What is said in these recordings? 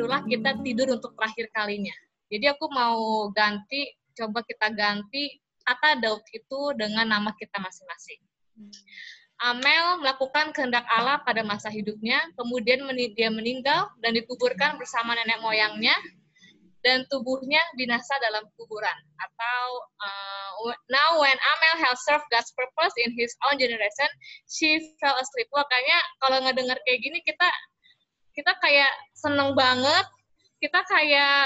barulah kita tidur untuk terakhir kalinya. Jadi aku mau coba kita ganti kata Daud itu dengan nama kita masing-masing. Amel melakukan kehendak Allah pada masa hidupnya, kemudian dia meninggal dan dikuburkan bersama nenek moyangnya, dan tubuhnya binasa dalam kuburan. Atau now when Amel has served God's purpose in his own generation, she fell asleep. Makanya kalau ngedengar kayak gini kita kayak seneng banget, kita kayak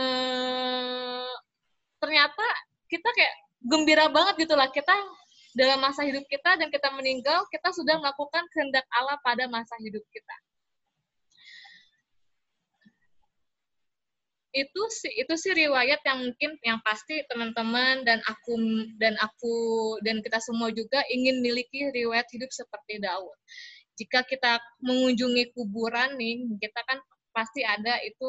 ternyata kita kayak gembira banget gitu lah, kita dalam masa hidup kita dan kita meninggal, kita sudah melakukan kehendak Allah pada masa hidup kita. Itu sih riwayat yang mungkin yang pasti teman-teman dan kita semua juga ingin miliki riwayat hidup seperti Daud. Jika kita mengunjungi kuburan nih, kita kan pasti ada itu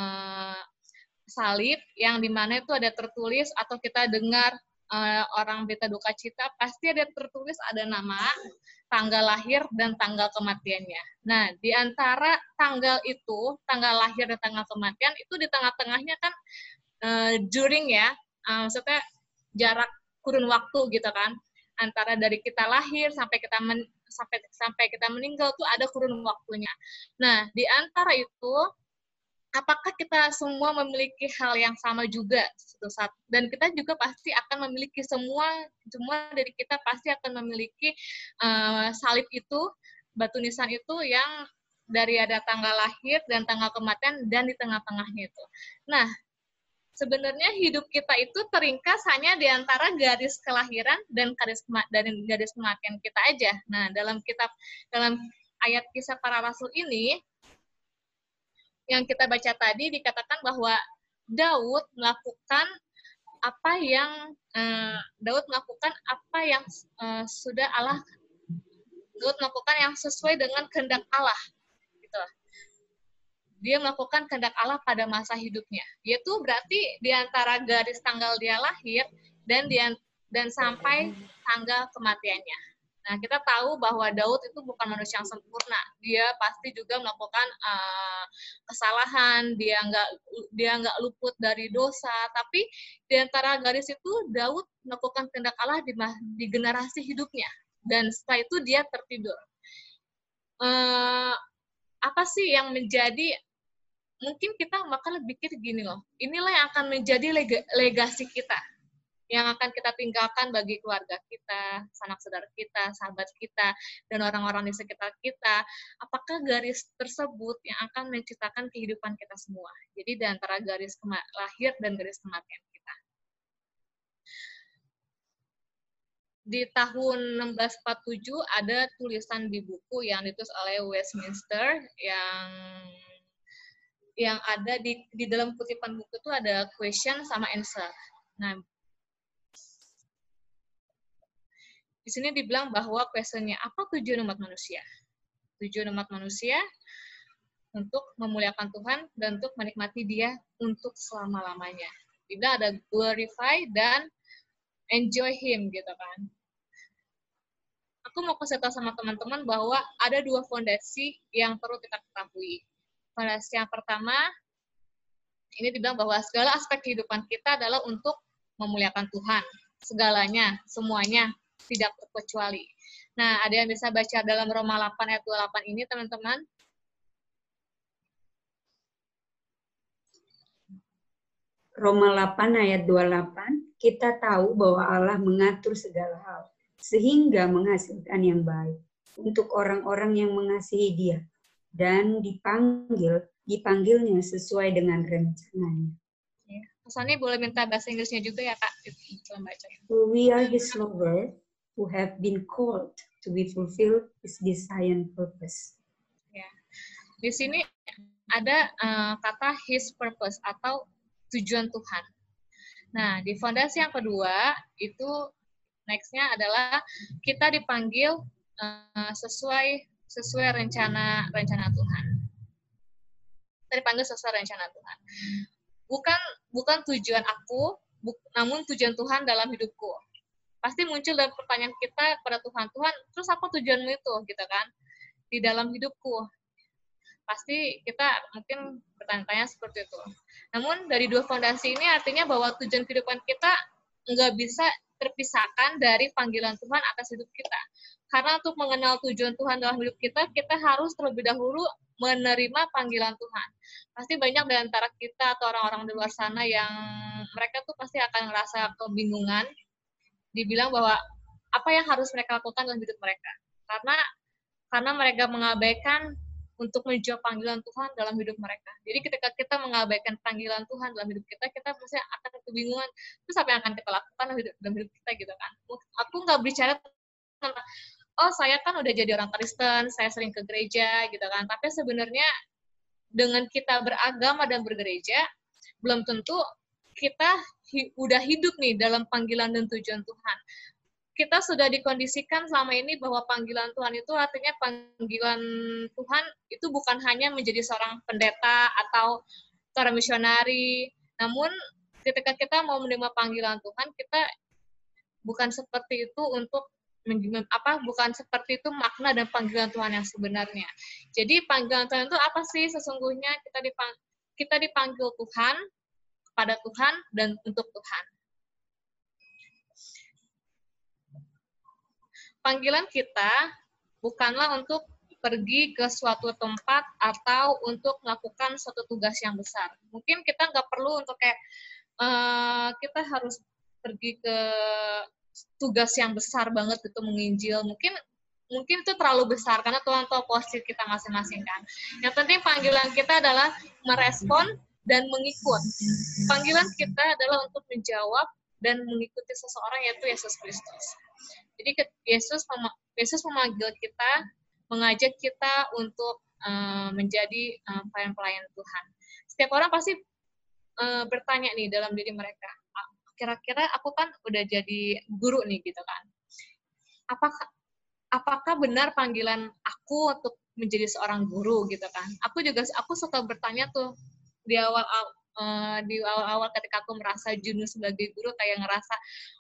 salib yang dimana itu ada tertulis, atau kita dengar orang berita duka cita, pasti ada tertulis ada nama, tanggal lahir, dan tanggal kematiannya. Nah, di antara tanggal itu, tanggal lahir dan tanggal kematian, itu di tengah-tengahnya kan during ya, maksudnya jarak kurun waktu gitu kan, antara dari kita lahir sampai kita meninggal tuh ada kurun waktunya. Nah, di antara itu, apakah kita semua memiliki hal yang sama juga suatu saat? Dan kita juga pasti akan memiliki semua dari kita pasti akan memiliki salib itu, batu nisan itu yang dari ada tanggal lahir dan tanggal kematian dan di tengah-tengahnya itu. Nah, sebenarnya hidup kita itu teringkas hanya di antara garis kelahiran dan garis kematian kita aja. Nah, dalam ayat Kisah Para Rasul ini yang kita baca tadi dikatakan bahwa Daud melakukan apa yang sudah Allah. Daud melakukan yang sesuai dengan kehendak Allah, gitu. Dia melakukan kehendak Allah pada masa hidupnya. Yaitu berarti di antara garis tanggal dia lahir dan sampai tanggal kematiannya. Nah, kita tahu bahwa Daud itu bukan manusia yang sempurna. Dia pasti juga melakukan kesalahan, dia nggak luput dari dosa. Tapi di antara garis itu, Daud melakukan kehendak Allah di generasi hidupnya. Dan setelah itu dia tertidur. Apa sih yang menjadi, mungkin kita bakal pikir gini loh, inilah yang akan menjadi legasi kita, yang akan kita tinggalkan bagi keluarga kita, sanak saudara kita, sahabat kita, dan orang-orang di sekitar kita. Apakah garis tersebut yang akan menciptakan kehidupan kita semua? Jadi di antara garis lahir dan garis kematian kita. Di tahun 1647 ada tulisan di buku yang ditulis oleh Westminster yang ada di dalam kutipan buku itu ada question sama answer. Nah, di sini dibilang bahwa questionnya, apa tujuan umat manusia? Tujuan umat manusia untuk memuliakan Tuhan dan untuk menikmati Dia untuk selama-lamanya. Dibilang ada glorify dan enjoy Him, gitu kan. Aku mau kasih tahu sama teman-teman bahwa ada dua fondasi yang perlu kita ketahui. Fondasi yang pertama, ini dibilang bahwa segala aspek kehidupan kita adalah untuk memuliakan Tuhan. Segalanya, semuanya, tidak terkecuali. Nah, ada yang bisa baca dalam Roma 8 ayat 28 ini, teman-teman? Roma 8 ayat 28, kita tahu bahwa Allah mengatur segala hal, sehingga menghasilkan yang baik untuk orang-orang yang mengasihi Dia, dan dipanggilnya sesuai dengan rencananya. Pesannya boleh minta bahasa Inggrisnya juga ya, Kak? We are His lover, who have been called to be fulfilled His design purpose. Ya. Di sini ada kata His purpose atau tujuan Tuhan. Nah, di fondasi yang kedua itu next-nya adalah kita dipanggil sesuai rencana Tuhan. Kita dipanggil sesuai rencana Tuhan. Bukan tujuan aku, namun tujuan Tuhan dalam hidupku. Pasti muncul dalam pertanyaan kita pada Tuhan, terus apa tujuanmu itu, gitu kan? Di dalam hidupku. Pasti kita mungkin bertanya-tanya seperti itu. Namun dari dua fondasi ini artinya bahwa tujuan kehidupan kita nggak bisa terpisahkan dari panggilan Tuhan atas hidup kita. Karena untuk mengenal tujuan Tuhan dalam hidup kita, kita harus terlebih dahulu menerima panggilan Tuhan. Pasti banyak di antara kita atau orang-orang di luar sana yang mereka tuh pasti akan ngerasa kebingungan, dibilang bahwa apa yang harus mereka lakukan dalam hidup mereka. Karena mereka mengabaikan untuk menjawab panggilan Tuhan dalam hidup mereka. Jadi ketika kita mengabaikan panggilan Tuhan dalam hidup kita, kita pasti akan kebingungan, terus apa yang akan kita lakukan dalam hidup kita gitu kan. Aku nggak bicara tentang, oh saya kan udah jadi orang Kristen, saya sering ke gereja gitu kan, tapi sebenarnya dengan kita beragama dan bergereja, belum tentu kita udah hidup nih dalam panggilan dan tujuan Tuhan. Kita sudah dikondisikan selama ini bahwa panggilan Tuhan itu artinya panggilan Tuhan itu bukan hanya menjadi seorang pendeta atau seorang misionari, namun ketika kita mau menerima panggilan Tuhan, kita bukan seperti itu untuk bukan seperti itu makna dan panggilan Tuhan yang sebenarnya. Jadi panggilan Tuhan itu apa sih sesungguhnya? Kita dipanggil Tuhan, kepada Tuhan, dan untuk Tuhan. Panggilan kita bukanlah untuk pergi ke suatu tempat atau untuk melakukan suatu tugas yang besar. Mungkin kita nggak perlu untuk kayak kita harus pergi ke tugas yang besar banget gitu menginjil. Mungkin itu terlalu besar karena Tuhan tahu posisi kita masing-masing kan. Yang penting panggilan kita adalah merespon dan mengikut. Panggilan kita adalah untuk menjawab dan mengikuti seseorang yaitu Yesus Kristus. Jadi Yesus memanggil kita, mengajak kita untuk menjadi pelayan-pelayan Tuhan. Setiap orang pasti bertanya nih dalam diri mereka, kira-kira aku kan udah jadi guru nih gitu kan. Apakah benar panggilan aku untuk menjadi seorang guru gitu kan? Aku suka bertanya tuh di awal ketika aku merasa jenuh sebagai guru, kayak ngerasa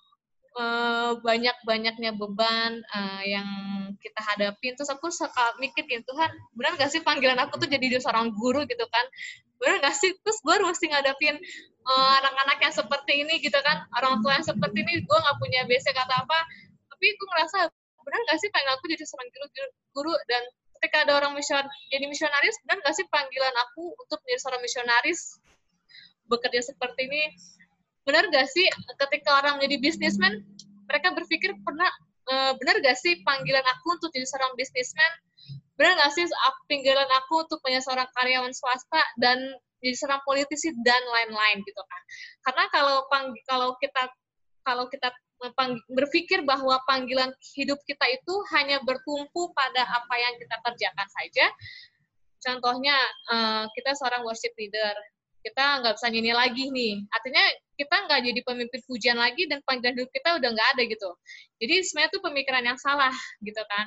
banyaknya beban yang kita hadapi. Terus aku suka mikir gitu, Tuhan, benar gak sih panggilan aku tuh jadi seorang guru gitu kan? Benar gak sih? Terus gue harus ngadapin anak-anak yang seperti ini gitu kan, orang tua yang seperti ini, gue gak punya basic kata apa, tapi gue ngerasa benar gak sih panggilan aku jadi seorang guru. Dan ketika ada orang jadi misionaris, benar gak sih panggilan aku untuk menjadi seorang misionaris, bekerja seperti ini? Benar gak sih ketika orang menjadi bisnismen, mereka berpikir benar gak sih panggilan aku untuk jadi seorang bisnismen? Benar gak sih panggilan aku untuk menjadi seorang karyawan swasta dan jadi seorang politisi dan lain-lain gitu kan? Karena kalau kita berpikir bahwa panggilan hidup kita itu hanya bertumpu pada apa yang kita kerjakan saja, contohnya kita seorang worship leader, kita nggak bisa nyanyi lagi nih. Artinya kita nggak jadi pemimpin pujian lagi dan panggilan hidup kita udah nggak ada gitu. Jadi sebenarnya itu pemikiran yang salah gitu kan.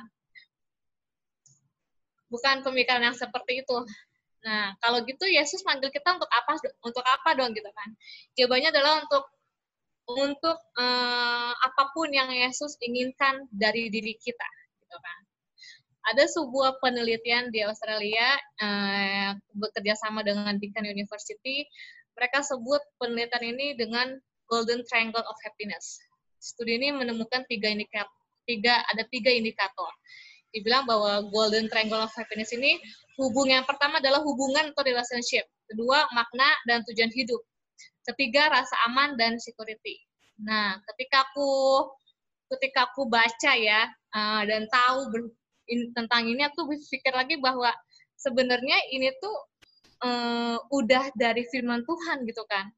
Bukan pemikiran yang seperti itu. Nah, kalau gitu Yesus manggil kita untuk apa dong gitu kan. Jawabannya adalah untuk apapun yang Yesus inginkan dari diri kita gitu kan. Ada sebuah penelitian di Australia bekerja sama dengan Deakin University. Mereka sebut penelitian ini dengan Golden Triangle of Happiness. Studi ini menemukan tiga indikator. Dibilang bahwa Golden Triangle of Happiness ini yang pertama adalah hubungan atau relationship. Kedua, makna dan tujuan hidup. Ketiga, rasa aman dan security. Nah, ketika aku baca ya dan tahu tentang ini, aku berpikir lagi bahwa sebenarnya ini tuh udah dari firman Tuhan gitu kan.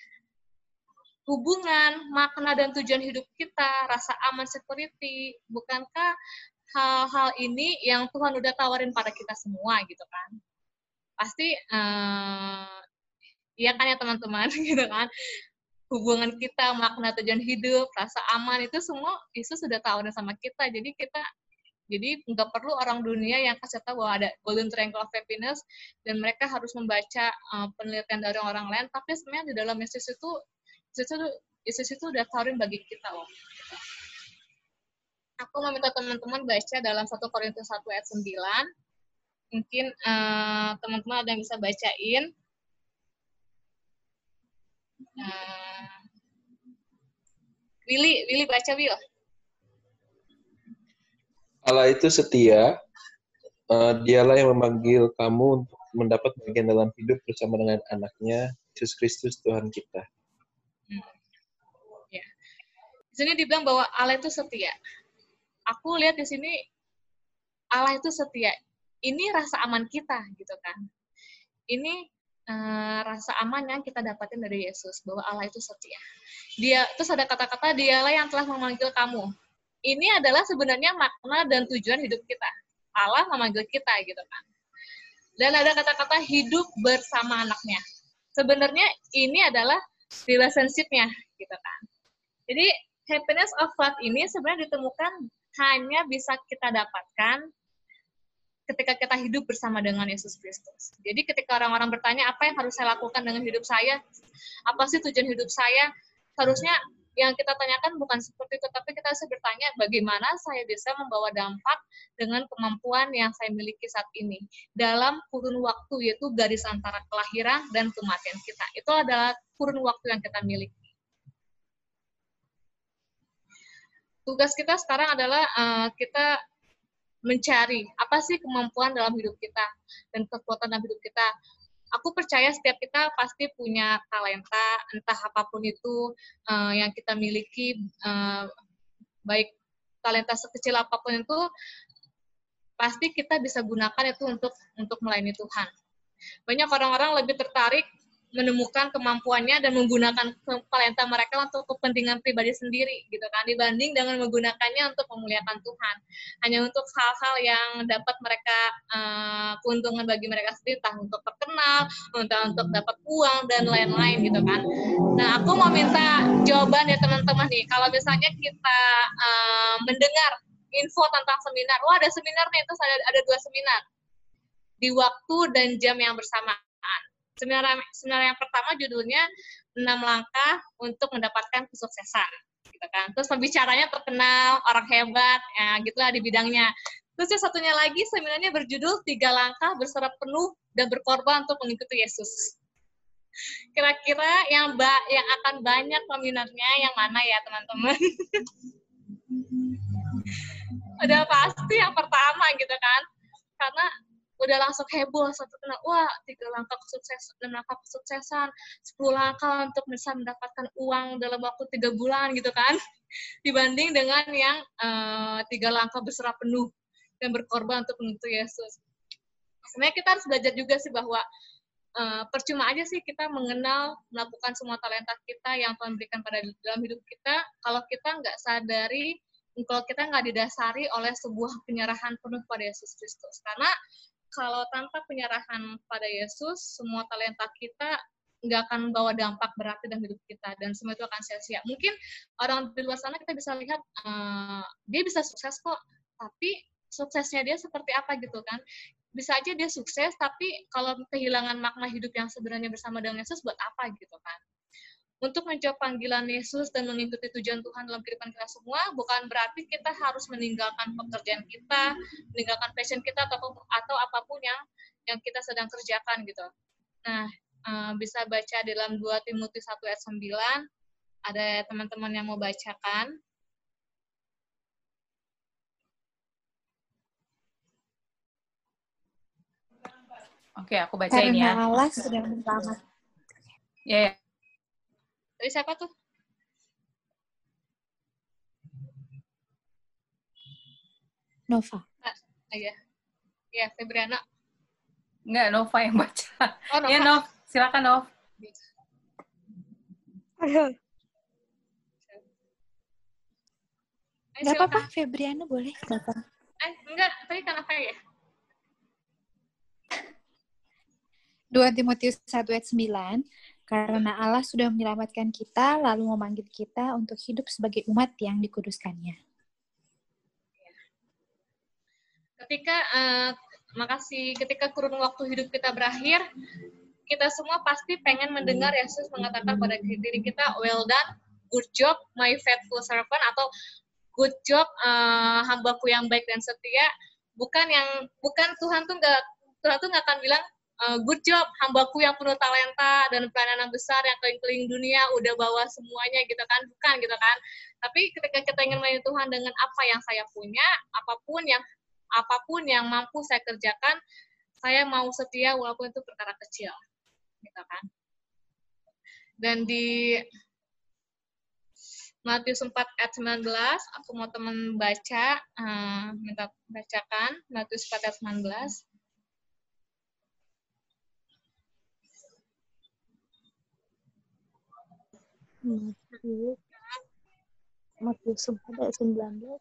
Hubungan, makna dan tujuan hidup kita, rasa aman, security, bukankah hal-hal ini yang Tuhan udah tawarin pada kita semua gitu kan? Pasti iya kan ya teman-teman gitu kan. Hubungan kita, makna tujuan hidup, rasa aman, itu semua Yesus sudah tawarin sama kita. Jadi nggak perlu orang dunia yang kasih tahu bahwa ada Golden Triangle of Happiness dan mereka harus membaca penelitian dari orang lain. Tapi sebenarnya di dalam Yesus itu udah tawarin bagi kita loh. Aku meminta teman-teman baca dalam 1 Korintus 1 ayat 9. Mungkin teman-teman ada yang bisa bacain. Willy baca, Will. Allah itu setia, dialah yang memanggil kamu untuk mendapat bagian dalam hidup bersama dengan anaknya, Yesus Kristus Tuhan kita. Ya. Di sini dibilang bahwa Allah itu setia. Aku lihat di sini Allah itu setia. Ini rasa aman kita, gitu kan. Ini rasa aman yang kita dapatin dari Yesus, bahwa Allah itu setia. Terus ada kata-kata, dialah yang telah memanggil kamu. Ini adalah sebenarnya makna dan tujuan hidup kita. Allah memanggil kita, gitu kan. Dan ada kata-kata hidup bersama anaknya. Sebenarnya ini adalah relationship-nya, gitu kan. Jadi, happiness of God ini sebenarnya ditemukan hanya bisa kita dapatkan ketika kita hidup bersama dengan Yesus Kristus. Jadi ketika orang-orang bertanya, apa yang harus saya lakukan dengan hidup saya? Apa sih tujuan hidup saya? Seharusnya yang kita tanyakan bukan seperti itu, tapi kita harus bertanya, bagaimana saya bisa membawa dampak dengan kemampuan yang saya miliki saat ini. Dalam kurun waktu, yaitu garis antara kelahiran dan kematian kita. Itu adalah kurun waktu yang kita miliki. Tugas kita sekarang adalah kita mencari apa sih kemampuan dalam hidup kita dan kekuatan dalam hidup kita. Aku percaya setiap kita pasti punya talenta, entah apapun itu yang kita miliki, baik talenta sekecil apapun itu, pasti kita bisa gunakan itu untuk melayani Tuhan. Banyak orang-orang lebih tertarik menemukan kemampuannya dan menggunakan talenta mereka untuk kepentingan pribadi sendiri, gitu kan, dibanding dengan menggunakannya untuk memuliakan Tuhan, hanya untuk hal-hal yang dapat mereka keuntungan bagi mereka sendiri, entah untuk terkenal, entah untuk dapat uang dan lain-lain, gitu kan. Nah, aku mau minta jawaban ya teman-teman nih, kalau misalnya kita mendengar info tentang seminar, wah ada seminar nih, terus ada 2 seminar di waktu dan jam yang bersamaan. Seminar yang pertama judulnya 6 langkah untuk mendapatkan kesuksesan, gitu kan. Terus pembicaranya terkenal, orang hebat, ya gitulah di bidangnya. Terus yang satunya lagi seminarnya berjudul 3 langkah berserah penuh dan berkorban untuk mengikuti Yesus. Kira-kira yang akan banyak peminatnya yang mana ya teman-teman? Udah pasti yang pertama, gitu kan. Karena udah langsung heboh, satu kenal, wah 3 langkah kesuksesan, 6 langkah kesuksesan, 10 langkah untuk bisa mendapatkan uang dalam waktu 3 bulan, gitu kan, dibanding dengan yang 3 langkah berserah penuh dan berkorban untuk mengikuti Yesus. Sebenarnya kita harus belajar juga sih bahwa percuma aja sih kita mengenal, melakukan semua talenta kita yang Tuhan berikan dalam hidup kita, kalau kita nggak sadari, kalau kita nggak didasari oleh sebuah penyerahan penuh pada Yesus Kristus. Karena kalau tanpa penyerahan pada Yesus, semua talenta kita nggak akan membawa dampak berarti dalam hidup kita, dan semua itu akan sia-sia. Mungkin orang di luar sana kita bisa lihat, dia bisa sukses kok, tapi suksesnya dia seperti apa, gitu kan. Bisa aja dia sukses, tapi kalau kehilangan makna hidup yang sebenarnya bersama dengan Yesus, buat apa, gitu kan. Untuk menjawab panggilan Yesus dan mengikuti tujuan Tuhan dalam kehidupan kita semua, bukan berarti kita harus meninggalkan pekerjaan kita, meninggalkan passion kita, atau apapun yang kita sedang kerjakan, gitu. Nah, bisa baca dalam 2 Timotius 1 ayat 9, ada teman-teman yang mau bacakan. Oke, aku bacain ya. Karena Allah sudah menyelamatkan. Ya. Dari siapa tuh? Nova. Iya. Iya, Febriana. Enggak, Nova yang baca. Oh, Nova. Ya, Nov. Silakan, Nov. Nggak apa-apa, Febriana boleh. Enggak, tadi kan apa ya? 2 Timotius 1 ayat 9, karena Allah sudah menyelamatkan kita, lalu memanggil kita untuk hidup sebagai umat yang dikuduskannya. Ketika kurun waktu hidup kita berakhir, kita semua pasti pengen mendengar Yesus mengatakan pada diri kita, well done, good job, my faithful servant, atau good job, hambaku yang baik dan setia. Bukan Tuhan tuh Tuhan tuh nggak akan bilang, good job, hambaku yang penuh talenta dan pelayanan besar yang keliling-keliling dunia, udah bawa semuanya gitu kan, bukan gitu kan. Tapi ketika kita ingin melayani Tuhan dengan apa yang saya punya, apapun yang mampu saya kerjakan, saya mau setia walaupun itu perkara kecil, gitu kan. Dan di Matius 4 ayat 19, aku mau teman baca, minta bacakan Matius 4 ayat 19. Matius 4 ayat 19.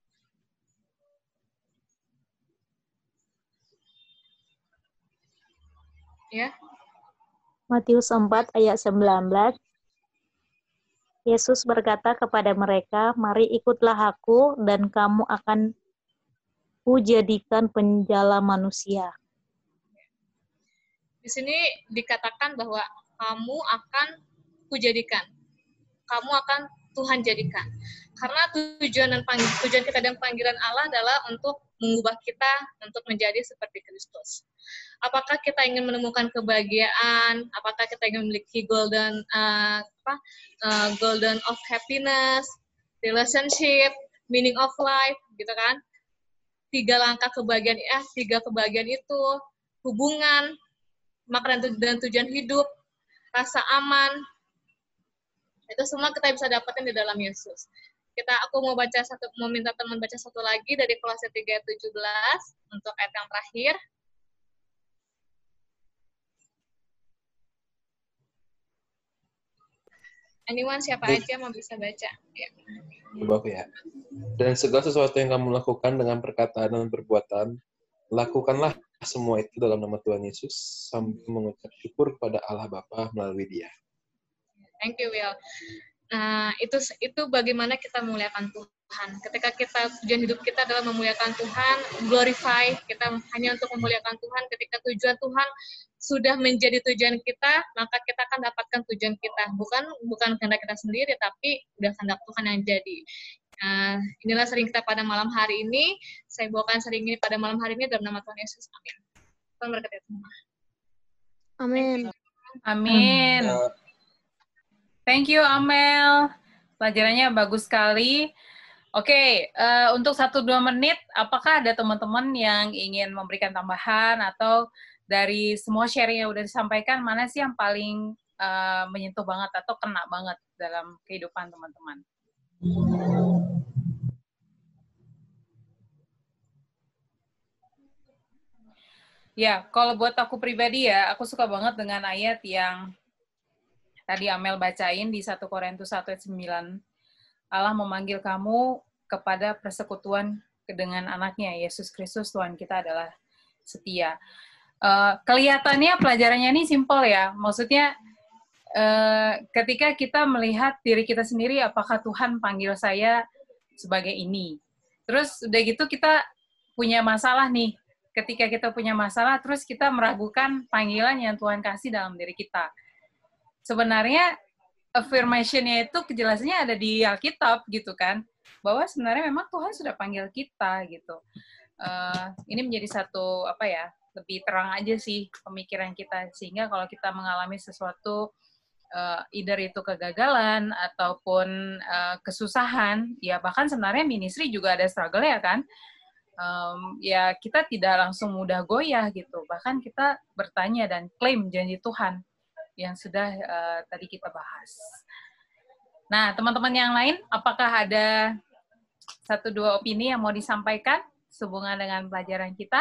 Ya. Matius 4 ayat 19. Yesus berkata kepada mereka, "Mari ikutlah aku dan kamu akan kujadikan penjala manusia." Di sini dikatakan bahwa kamu akan kujadikan. Kamu akan Tuhan jadikan. Karena tujuan kita dan panggilan Allah adalah untuk mengubah kita untuk menjadi seperti Kristus. Apakah kita ingin menemukan kebahagiaan? Apakah kita ingin memiliki golden of happiness, relationship, meaning of life, gitu kan? 3 kebahagiaan itu, hubungan, makna dan tujuan hidup, rasa aman, itu semua kita bisa dapetin di dalam Yesus. Aku mau minta teman baca satu lagi dari Kolose 3 ayat 17 untuk ayat yang terakhir. Anyone, siapa aja mau bisa baca? Ya. Coba aku ya. Dan segala sesuatu yang kamu lakukan dengan perkataan dan perbuatan, lakukanlah semua itu dalam nama Tuhan Yesus sambil mengucap syukur kepada Allah Bapa melalui Dia. Thank you, Will. Nah, itu bagaimana kita memuliakan Tuhan. Ketika tujuan hidup kita adalah memuliakan Tuhan, glorify, kita hanya untuk memuliakan Tuhan. Ketika tujuan Tuhan sudah menjadi tujuan kita, maka kita akan dapatkan tujuan kita. Bukan kehendak kita sendiri, tapi udah kehendak Tuhan yang jadi. Inilah sering kita pada malam hari ini. Saya bawakan sering ini pada malam hari ini dalam nama Tuhan Yesus. Amin. Tuhan berkati semua. Amin. Amin. Thank you, Amel. Pelajarannya bagus sekali. Oke, untuk 1-2 menit, apakah ada teman-teman yang ingin memberikan tambahan atau dari semua sharing yang udah disampaikan, mana sih yang paling menyentuh banget atau kena banget dalam kehidupan teman-teman? Ya, kalau buat aku pribadi ya, aku suka banget dengan ayat yang tadi Amel bacain di 1 Korintus 1 ayat 9. Allah memanggil kamu kepada persekutuan dengan anaknya, Yesus Kristus Tuhan kita adalah setia. Kelihatannya pelajarannya ini simpel ya, maksudnya ketika kita melihat diri kita sendiri, apakah Tuhan panggil saya sebagai ini? Terus udah gitu kita punya masalah nih, ketika kita punya masalah, terus kita meragukan panggilan yang Tuhan kasih dalam diri kita. Sebenarnya affirmation-nya itu kejelasannya ada di Alkitab gitu kan, bahwa sebenarnya memang Tuhan sudah panggil kita gitu. Ini menjadi satu lebih terang aja sih pemikiran kita, sehingga kalau kita mengalami sesuatu either itu kegagalan ataupun kesusahan, ya bahkan sebenarnya ministry juga ada struggle ya kan. Ya kita tidak langsung mudah goyah gitu, bahkan kita bertanya dan klaim janji Tuhan yang sudah tadi kita bahas. Nah, teman-teman yang lain, apakah ada 1-2 opini yang mau disampaikan sehubungan dengan pelajaran kita?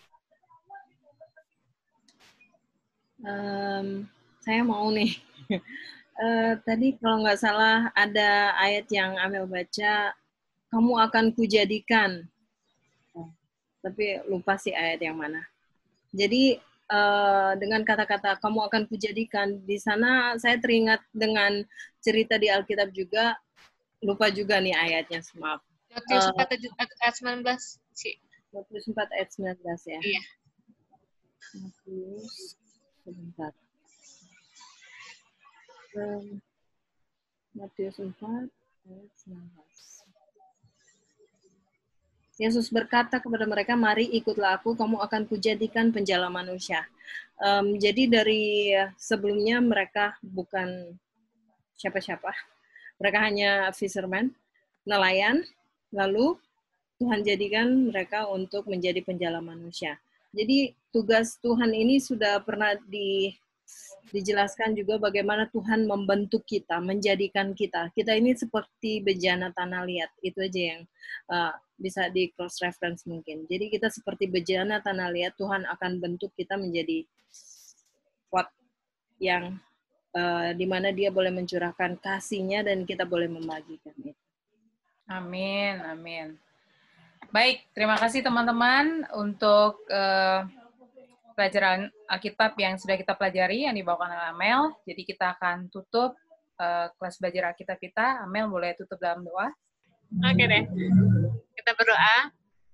Saya mau nih. Tadi kalau nggak salah ada ayat yang Amel baca, kamu akan kujadikan. Tapi lupa sih ayat yang mana. Jadi dengan kata-kata kamu akan kujadikan, di sana saya teringat dengan cerita di Alkitab juga, lupa juga nih ayatnya, maaf. Matius 4 ayat 19, Ci. Matius 4 ayat 19 ya? Iya. Matius, sebentar. Matius 4 ayat 19. Yesus berkata kepada mereka, mari ikutlah aku, kamu akan kujadikan penjala manusia. Jadi dari sebelumnya mereka bukan siapa-siapa. Mereka hanya fisherman, nelayan, lalu Tuhan jadikan mereka untuk menjadi penjala manusia. Jadi tugas Tuhan ini sudah pernah dijelaskan juga bagaimana Tuhan membentuk kita, menjadikan kita. Kita ini seperti bejana tanah liat. Itu aja yang bisa di cross reference mungkin. Jadi kita seperti bejana tanah liat, Tuhan akan bentuk kita menjadi pot yang di mana Dia boleh mencurahkan kasih-Nya dan kita boleh membagikan itu. Amin, amin. Baik, terima kasih teman-teman untuk pelajaran Alkitab yang sudah kita pelajari, yang dibawakan oleh Amel. Jadi kita akan tutup kelas belajar Alkitab kita. Amel boleh tutup dalam doa. Oke deh, kita berdoa.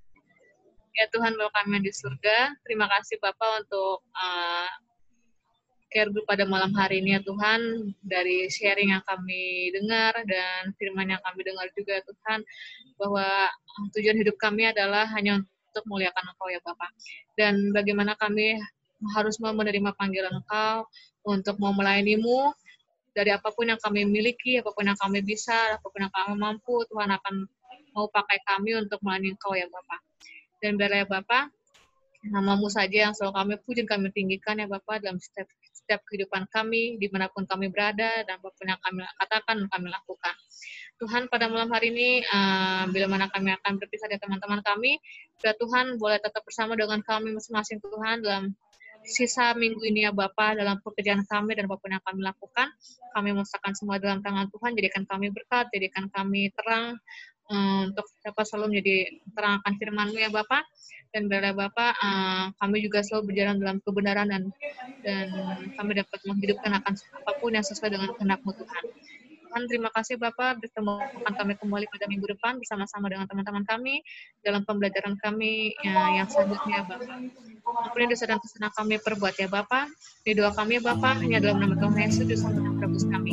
Ya Tuhan Bapa kami di surga, terima kasih Bapak untuk care group pada malam hari ini ya Tuhan, dari sharing yang kami dengar dan firman yang kami dengar juga ya Tuhan, bahwa tujuan hidup kami adalah hanya untuk muliakan Engkau ya Bapak. Dan bagaimana kami harus mau menerima panggilan Engkau untuk mau melayani-Mu, dari apapun yang kami miliki, apapun yang kami bisa, apapun yang kami mampu, Tuhan akan mau pakai kami untuk melayani Engkau ya Bapak. Dan biarlah ya Bapak, nama-Mu saja yang selalu kami puji, kami tinggikan ya Bapak dalam setiap kehidupan kami, dimanapun kami berada, dan apapun yang kami katakan, kami lakukan. Tuhan, pada malam hari ini, bila mana kami akan berpisah dari teman-teman kami, biar Tuhan boleh tetap bersama dengan kami masing-masing Tuhan, dalam sisa minggu ini ya Bapak, dalam pekerjaan kami, dan apapun yang kami lakukan, kami menyerahkan semua dalam tangan Tuhan, jadikan kami berkat, jadikan kami terang, untuk dapat selalu menjadi terang akan firman-Mu ya Bapak. Dan biarlah Bapak, kami juga selalu berjalan dalam kebenaran dan kami dapat menghidupkan akan apapun yang sesuai dengan kehendak-Mu Tuhan. Tuhan, terima kasih Bapak, bertemukan kami kembali pada minggu depan bersama-sama dengan teman-teman kami dalam pembelajaran kami yang selanjutnya Bapak. Ampuni dosa dan kesalahan kami perbuat ya Bapak. Di doa kami Bapak, hanya dalam nama Tuhan Yesus, Tuhan yang Tebus kami.